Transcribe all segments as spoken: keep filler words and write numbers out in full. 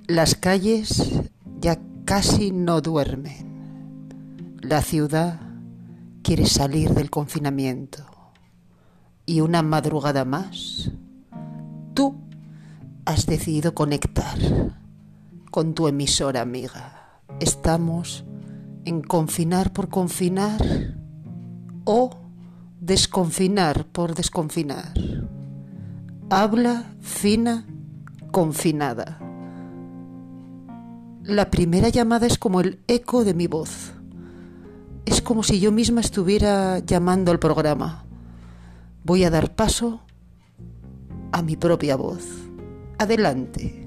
Las calles ya casi no duermen. La ciudad quiere salir del confinamiento. Y una madrugada más, tú has decidido conectar con tu emisora amiga. Estamos en confinar por confinar o desconfinar por desconfinar. Habla fina, confinada. La primera llamada es como el eco de mi voz. Es como si yo misma estuviera llamando al programa. Voy a dar paso a mi propia voz. Adelante.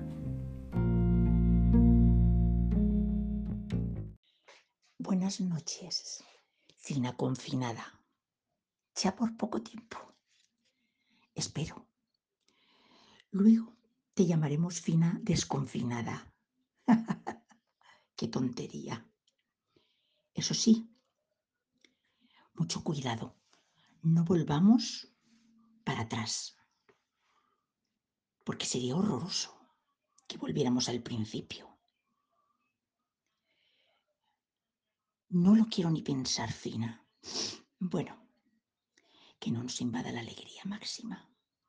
Buenas noches, fina confinada. Ya por poco tiempo. Espero. Luego te llamaremos fina desconfinada. ¡Qué tontería! Eso sí, mucho cuidado. No volvamos para atrás. Porque sería horroroso que volviéramos al principio. No lo quiero ni pensar, fina. Bueno, que no nos invada la alegría máxima.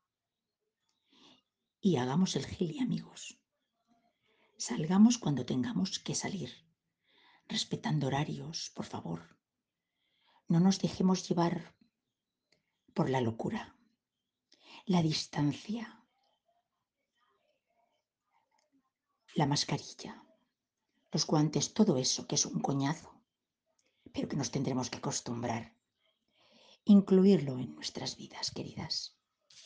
Y hagamos el gili, amigos. Salgamos cuando tengamos que salir, respetando horarios, por favor. No nos dejemos llevar por la locura, la distancia, la mascarilla, los guantes, todo eso que es un coñazo, pero que nos tendremos que acostumbrar. Incluirlo en nuestras vidas, queridas.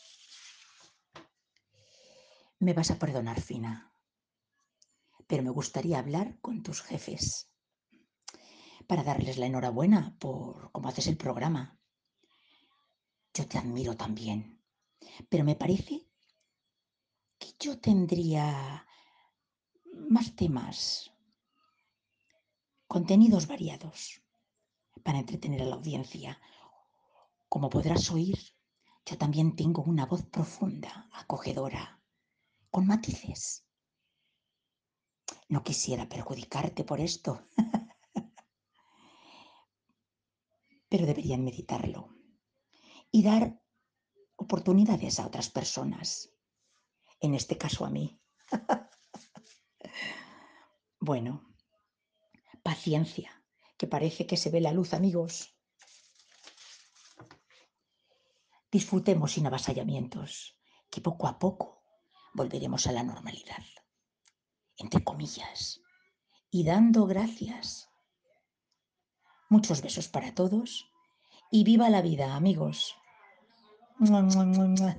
Me vas a perdonar, fina, pero me gustaría hablar con tus jefes para darles la enhorabuena por cómo haces el programa. Yo te admiro también, pero me parece que yo tendría más temas, contenidos variados para entretener a la audiencia. Como podrás oír, yo también tengo una voz profunda, acogedora, con matices. No quisiera perjudicarte por esto, pero deberían meditarlo y dar oportunidades a otras personas, en este caso a mí. Bueno, paciencia, que parece que se ve la luz, amigos. Disfrutemos sin avasallamientos, que poco a poco volveremos a la normalidad, entre comillas, y dando gracias. Muchos besos para todos y viva la vida, amigos. Mua, mua, mua, mua.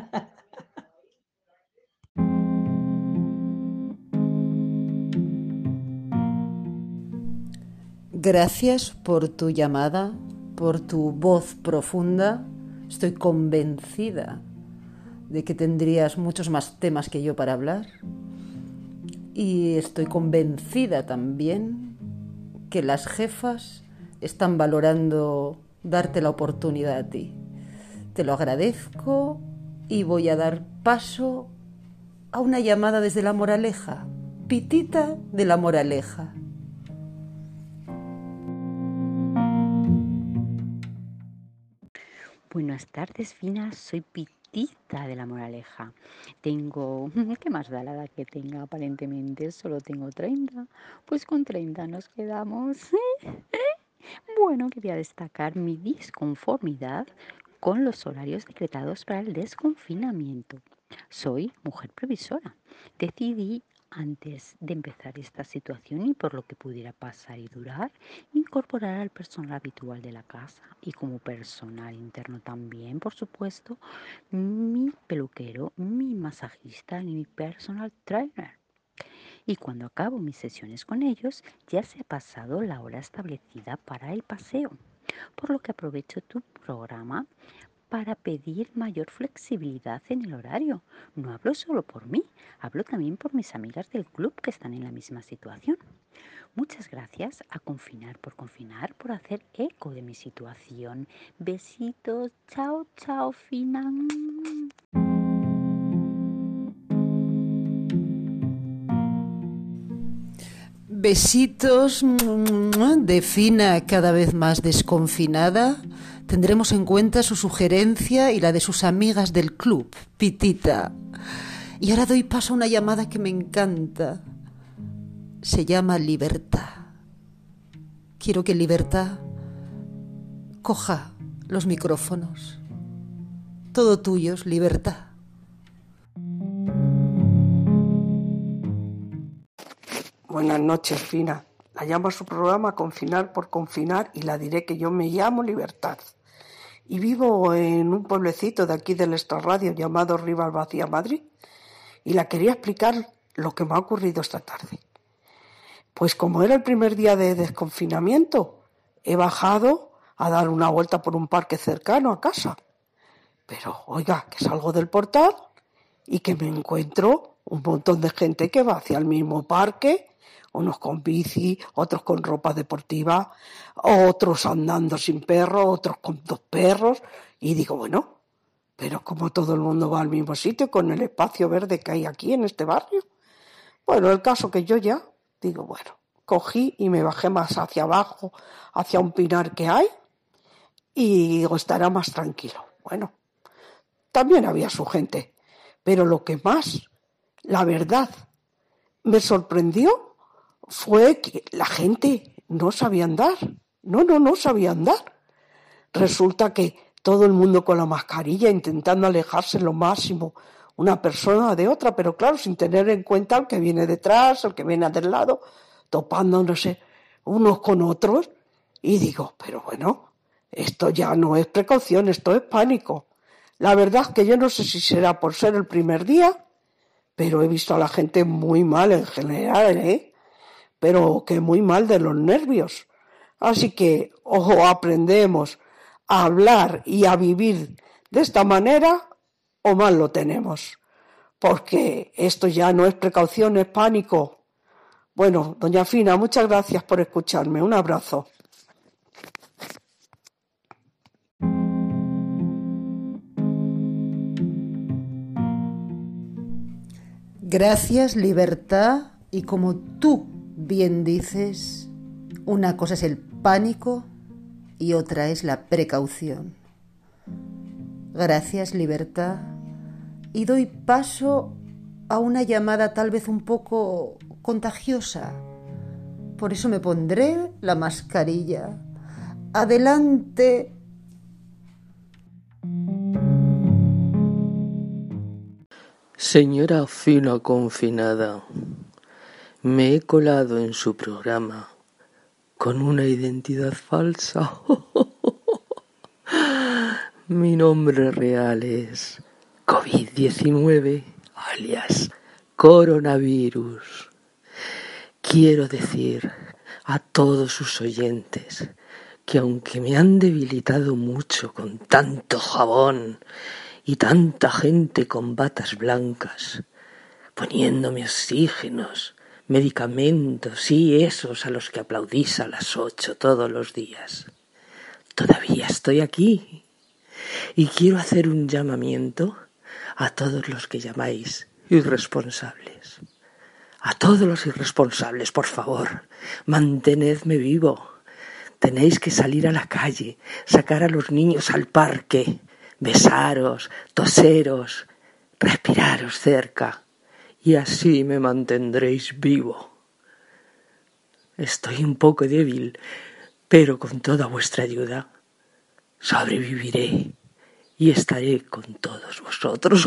Gracias por tu llamada, por tu voz profunda. Estoy convencida de que tendrías muchos más temas que yo para hablar. Y estoy convencida también que las jefas están valorando darte la oportunidad a ti. Te lo agradezco y voy a dar paso a una llamada desde La Moraleja. Pitita de La Moraleja. Buenas tardes, Fina. Soy Pitita de La Moraleja. Tengo... ¿Qué más da la edad que tenga? Aparentemente solo tengo treinta. Pues con treinta nos quedamos. Bueno, quería destacar mi disconformidad con los horarios decretados para el desconfinamiento. Soy mujer previsora. Decidí, antes de empezar esta situación y por lo que pudiera pasar y durar, incorporar al personal habitual de la casa y como personal interno también, por supuesto, mi peluquero, mi masajista y mi personal trainer. Y cuando acabo mis sesiones con ellos, ya se ha pasado la hora establecida para el paseo, por lo que aprovecho tu programa para pedir mayor flexibilidad en el horario. No hablo solo por mí, hablo también por mis amigas del club que están en la misma situación. Muchas gracias a Confinar por Confinar por hacer eco de mi situación. Besitos, chao, chao, Fina. Besitos de Fina, cada vez más desconfinada. Tendremos en cuenta su sugerencia y la de sus amigas del club, Pitita. Y ahora doy paso a una llamada que me encanta. Se llama Libertad. Quiero que Libertad coja los micrófonos. Todo tuyos, Libertad. Buenas noches, Fina. La llamo a su programa Confinar por Confinar y la diré que yo me llamo Libertad. Y vivo en un pueblecito de aquí del extrarradio llamado Ribalbacía, Madrid. Y la quería explicar lo que me ha ocurrido esta tarde. Pues como era el primer día de desconfinamiento, he bajado a dar una vuelta por un parque cercano a casa. Pero, oiga, que salgo del portal y que me encuentro un montón de gente que va hacia el mismo parque, unos con bici, otros con ropa deportiva, otros andando sin perro, otros con dos perros. Y digo, bueno, pero como todo el mundo va al mismo sitio con el espacio verde que hay aquí en este barrio. Bueno, el caso que yo ya, digo, bueno, cogí y me bajé más hacia abajo, hacia un pinar que hay, y digo, estará más tranquilo. Bueno, también había su gente, pero lo que más, la verdad, me sorprendió fue que la gente no sabía andar. No, no, no sabía andar. Resulta que todo el mundo con la mascarilla intentando alejarse lo máximo una persona de otra, pero claro, sin tener en cuenta el que viene detrás, el que viene del lado, topándose unos con otros. Y digo, pero bueno, esto ya no es precaución, esto es pánico. La verdad es que yo no sé si será por ser el primer día, pero he visto a la gente muy mal en general, ¿eh? Pero que muy mal de los nervios. Así que, ojo, aprendemos a hablar y a vivir de esta manera o mal lo tenemos. Porque esto ya no es precaución, es pánico. Bueno, doña Fina, muchas gracias por escucharme. Un abrazo. Gracias, Libertad. Y como tú bien dices, una cosa es el pánico y otra es la precaución. Gracias, Libertad. Y doy paso a una llamada tal vez un poco contagiosa. Por eso me pondré la mascarilla. Adelante. Señora Fina confinada, me he colado en su programa con una identidad falsa. Mi nombre real es COVID diecinueve, alias coronavirus. Quiero decir a todos sus oyentes que aunque me han debilitado mucho con tanto jabón y tanta gente con batas blancas, poniéndome oxígenos, medicamentos y esos a los que aplaudís a las ocho todos los días, todavía estoy aquí y quiero hacer un llamamiento a todos los que llamáis irresponsables. A todos los irresponsables, por favor, mantenedme vivo. Tenéis que salir a la calle, sacar a los niños al parque, besaros, toseros, respiraros cerca, y así me mantendréis vivo. Estoy un poco débil, pero con toda vuestra ayuda sobreviviré y estaré con todos vosotros.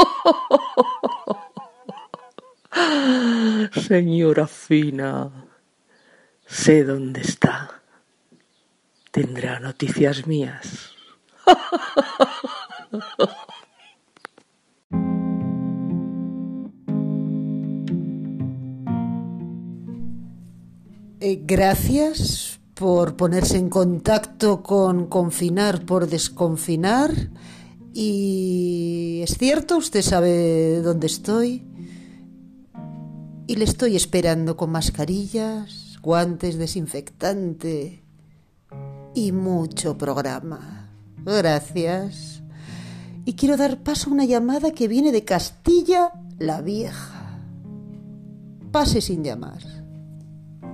Señora Fina, sé dónde está. Tendrá noticias mías. Eh, gracias por ponerse en contacto con Confinar por Desconfinar. Y es cierto, usted sabe dónde estoy. Y le estoy esperando con mascarillas, guantes, desinfectante y mucho programa. Gracias. Y quiero dar paso a una llamada que viene de Castilla la Vieja. Pase sin llamar.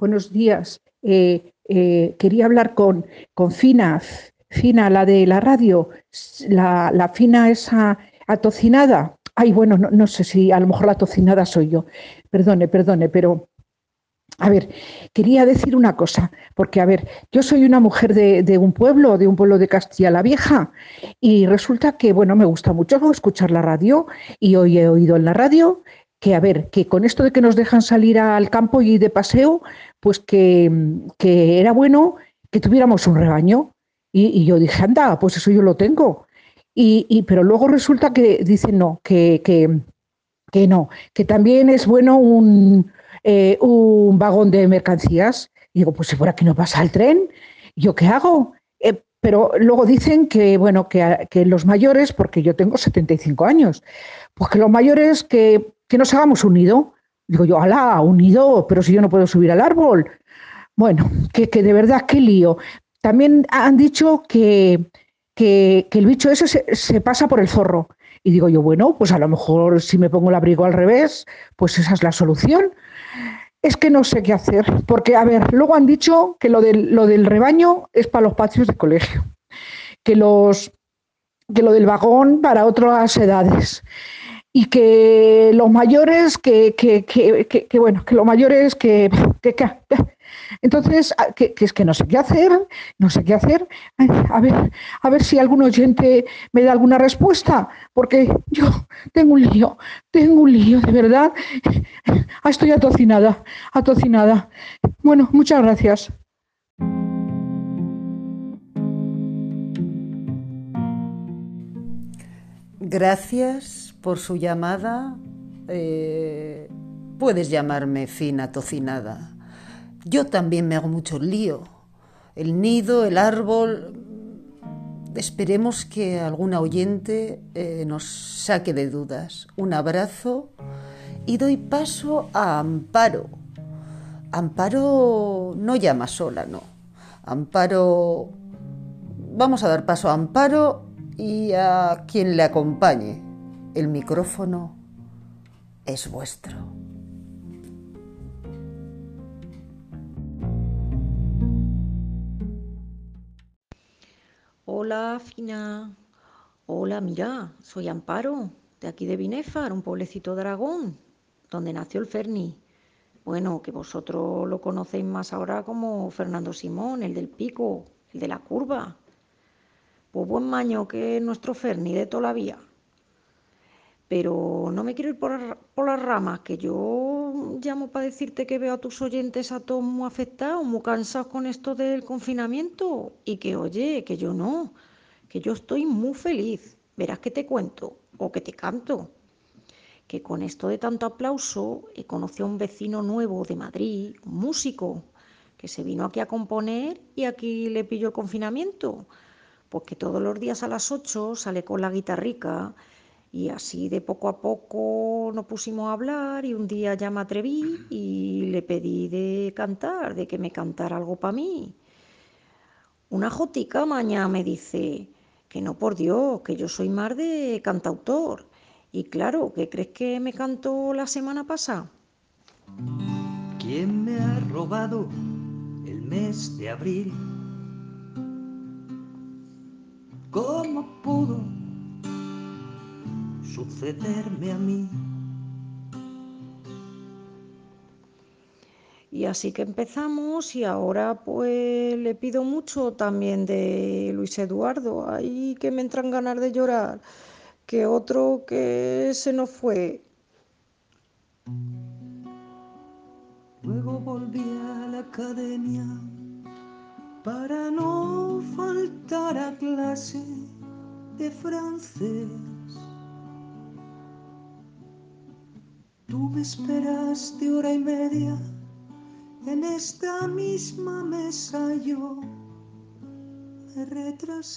buenos días. Eh, eh, quería hablar con, con Fina, Fina, la de la radio, la, la Fina esa atocinada. Ay, bueno, no, no sé si a lo mejor la tocinada soy yo. Perdone, perdone, pero a ver, quería decir una cosa, porque a ver, yo soy una mujer de, de un pueblo, de un pueblo de Castilla la Vieja, y resulta que, bueno, me gusta mucho escuchar la radio, y hoy he oído en la radio que, a ver, que con esto de que nos dejan salir al campo y de paseo, pues que, que era bueno que tuviéramos un rebaño. Y, y yo dije, anda, pues eso yo lo tengo. Y, y, pero luego resulta que dicen no, que, que, que no, que también es bueno un, eh, un vagón de mercancías. Y digo, pues si por aquí no pasa el tren, ¿yo qué hago? Eh, pero luego dicen que, bueno, que, que los mayores, porque yo tengo setenta y cinco años, pues que los mayores que, que nos hagamos un nido. Digo yo, alá, un nido, pero si yo no puedo subir al árbol. Bueno, que, que de verdad, qué lío. También han dicho que, que, que el bicho ese se, se pasa por el zorro. Y digo yo, bueno, pues a lo mejor si me pongo el abrigo al revés, pues esa es la solución. Es que no sé qué hacer, porque, a ver, luego han dicho que lo del, lo del rebaño es para los patios de colegio, que, los, que lo del vagón para otras edades, y que los mayores, que, que, que, que, que bueno, que los mayores, que... que, que entonces, que, que es que no sé qué hacer, no sé qué hacer. A ver, a ver si algún oyente me da alguna respuesta, porque yo tengo un lío, tengo un lío, de verdad. Ah, estoy atocinada, atocinada. Bueno, muchas gracias. Gracias por su llamada. Eh, puedes llamarme Fina Tocinada. Yo también me hago mucho lío. El nido, el árbol. Esperemos que alguna oyente eh, nos saque de dudas. Un abrazo y doy paso a Amparo. Amparo no llama sola, no. Amparo... Vamos a dar paso a Amparo y a quien le acompañe. El micrófono es vuestro. Hola, Fina. Hola, mira, soy Amparo, de aquí de Binéfar, un pueblecito de Aragón, donde nació el Ferni. Bueno, que vosotros lo conocéis más ahora como Fernando Simón, el del pico, el de la curva. Pues buen maño que es nuestro Ferni de toda la vida. Pero no me quiero ir por, por las ramas, que yo llamo para decirte que veo a tus oyentes a todos muy afectados, muy cansados con esto del confinamiento, y que oye, que yo no, que yo estoy muy feliz. Verás que te cuento o que te canto, que con esto de tanto aplauso he conocido a un vecino nuevo de Madrid, un músico, que se vino aquí a componer y aquí le pilló el confinamiento. Pues que todos los días a las ocho sale con la guitarrica y así de poco a poco nos pusimos a hablar y un día ya me atreví y le pedí de cantar, de que me cantara algo para mí. Una jotica mañana me dice que no, por Dios, que yo soy más de cantautor. Y claro, ¿qué crees que me cantó la semana pasada? ¿Quién me ha robado el mes de abril? ¿Cómo pudo sucederme a mí? Y así que empezamos y ahora pues le pido mucho también de Luis Eduardo. Ay, que me entran ganas de llorar. Que otro que se nos fue. Luego volví a la academia para no faltar a clase de francés. Tú me esperaste hora y media en esta misma mesa, yo me retrasé.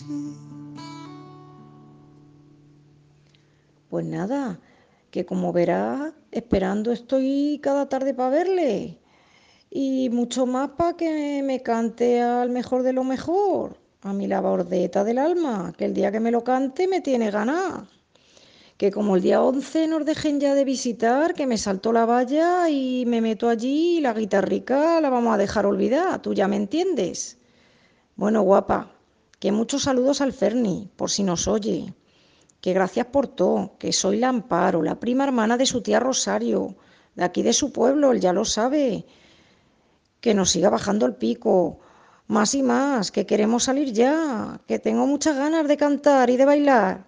Pues nada, que como verás, esperando estoy cada tarde para verle. Y mucho más para que me cante al mejor de lo mejor, a mi la bordeta del alma, que el día que me lo cante me tiene ganas. que como el día once nos dejen ya de visitar, que me salto la valla y me meto allí y la guitarrica la vamos a dejar olvidada, tú ya me entiendes. Bueno, guapa, que muchos saludos al Ferni, por si nos oye, que gracias por todo, que soy la Amparo, la prima hermana de su tía Rosario, de aquí de su pueblo, él ya lo sabe, que nos siga bajando el pico, más y más, que queremos salir ya, que tengo muchas ganas de cantar y de bailar.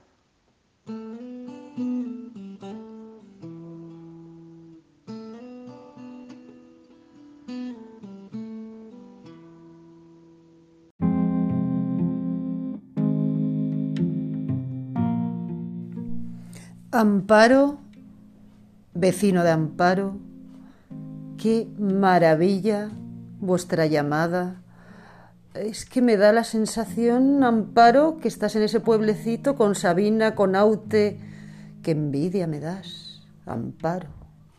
Amparo, vecino de Amparo, qué maravilla vuestra llamada. Es que me da la sensación, Amparo, que estás en ese pueblecito con Sabina, con Aute. Qué envidia me das, Amparo.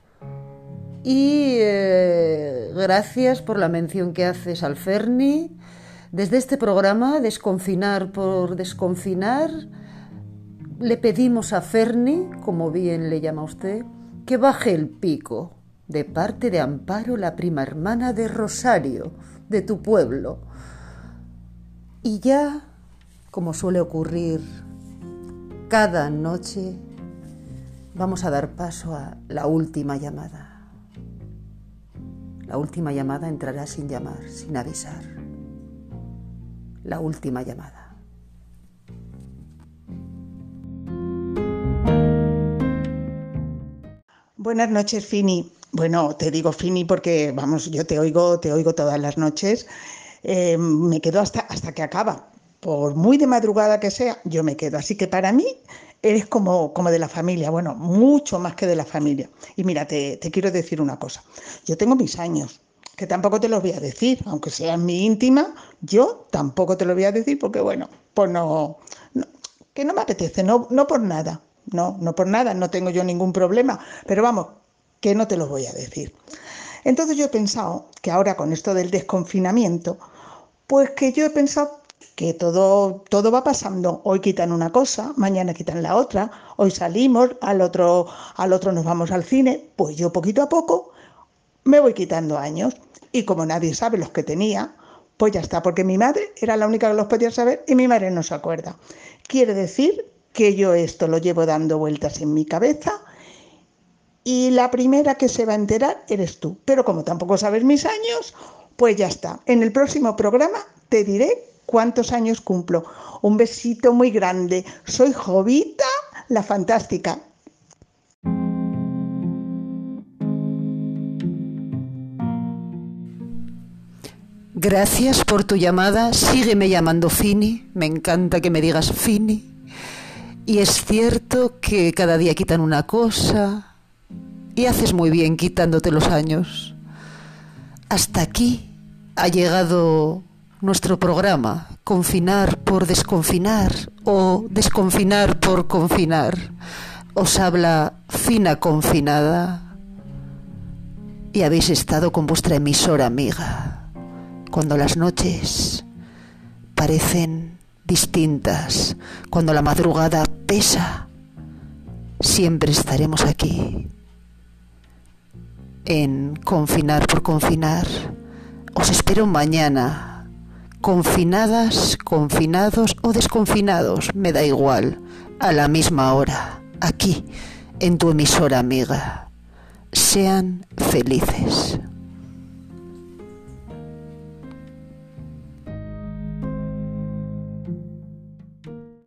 Y eh, gracias por la mención que haces al Ferni. Desde este programa, Desconfinar por Desconfinar, le pedimos a Ferni, como bien le llama usted, que baje el pico, de parte de Amparo, la prima hermana de Rosario, de tu pueblo. Y ya, como suele ocurrir cada noche, vamos a dar paso a la última llamada. La última llamada entrará sin llamar, sin avisar. La última llamada. Buenas noches, Fini. Bueno, te digo Fini porque, vamos, yo te oigo, te oigo todas las noches. Eh, me quedo hasta, hasta que acaba. Por muy de madrugada que sea, yo me quedo. Así que para mí eres como, como de la familia, bueno, mucho más que de la familia. Y mira, te, te quiero decir una cosa. Yo tengo mis años, que tampoco te los voy a decir, aunque seas mi íntima, yo tampoco te lo voy a decir porque, bueno, pues no, no que no me apetece, no, no por nada. No, no por nada, no tengo yo ningún problema, pero vamos, que no te lo voy a decir. Entonces yo he pensado que ahora con esto del desconfinamiento, pues que yo he pensado que todo, todo va pasando. Hoy quitan una cosa, mañana quitan la otra, hoy salimos, al otro, al otro nos vamos al cine, pues yo poquito a poco me voy quitando años. Y como nadie sabe los que tenía, pues ya está, porque mi madre era la única que los podía saber y mi madre no se acuerda. Quiere decir que yo esto lo llevo dando vueltas en mi cabeza y la primera que se va a enterar eres tú. Pero como tampoco sabes mis años, pues ya está. En el próximo programa te diré cuántos años cumplo. Un besito muy grande. Soy Jovita, la fantástica. Gracias por tu llamada. Sígueme llamando Fini. Me encanta que me digas Fini. Y es cierto que cada día quitan una cosa y haces muy bien quitándote los años. Hasta aquí ha llegado nuestro programa, Confinar por Desconfinar o Desconfinar por Confinar. Os habla Fina Confinada y habéis estado con vuestra emisora amiga. Cuando las noches parecen distintas, cuando la madrugada pesa, siempre estaremos aquí en Confinar por Confinar. Os espero mañana, confinadas, confinados o desconfinados, me da igual, a la misma hora, aquí, en tu emisora amiga. Sean felices.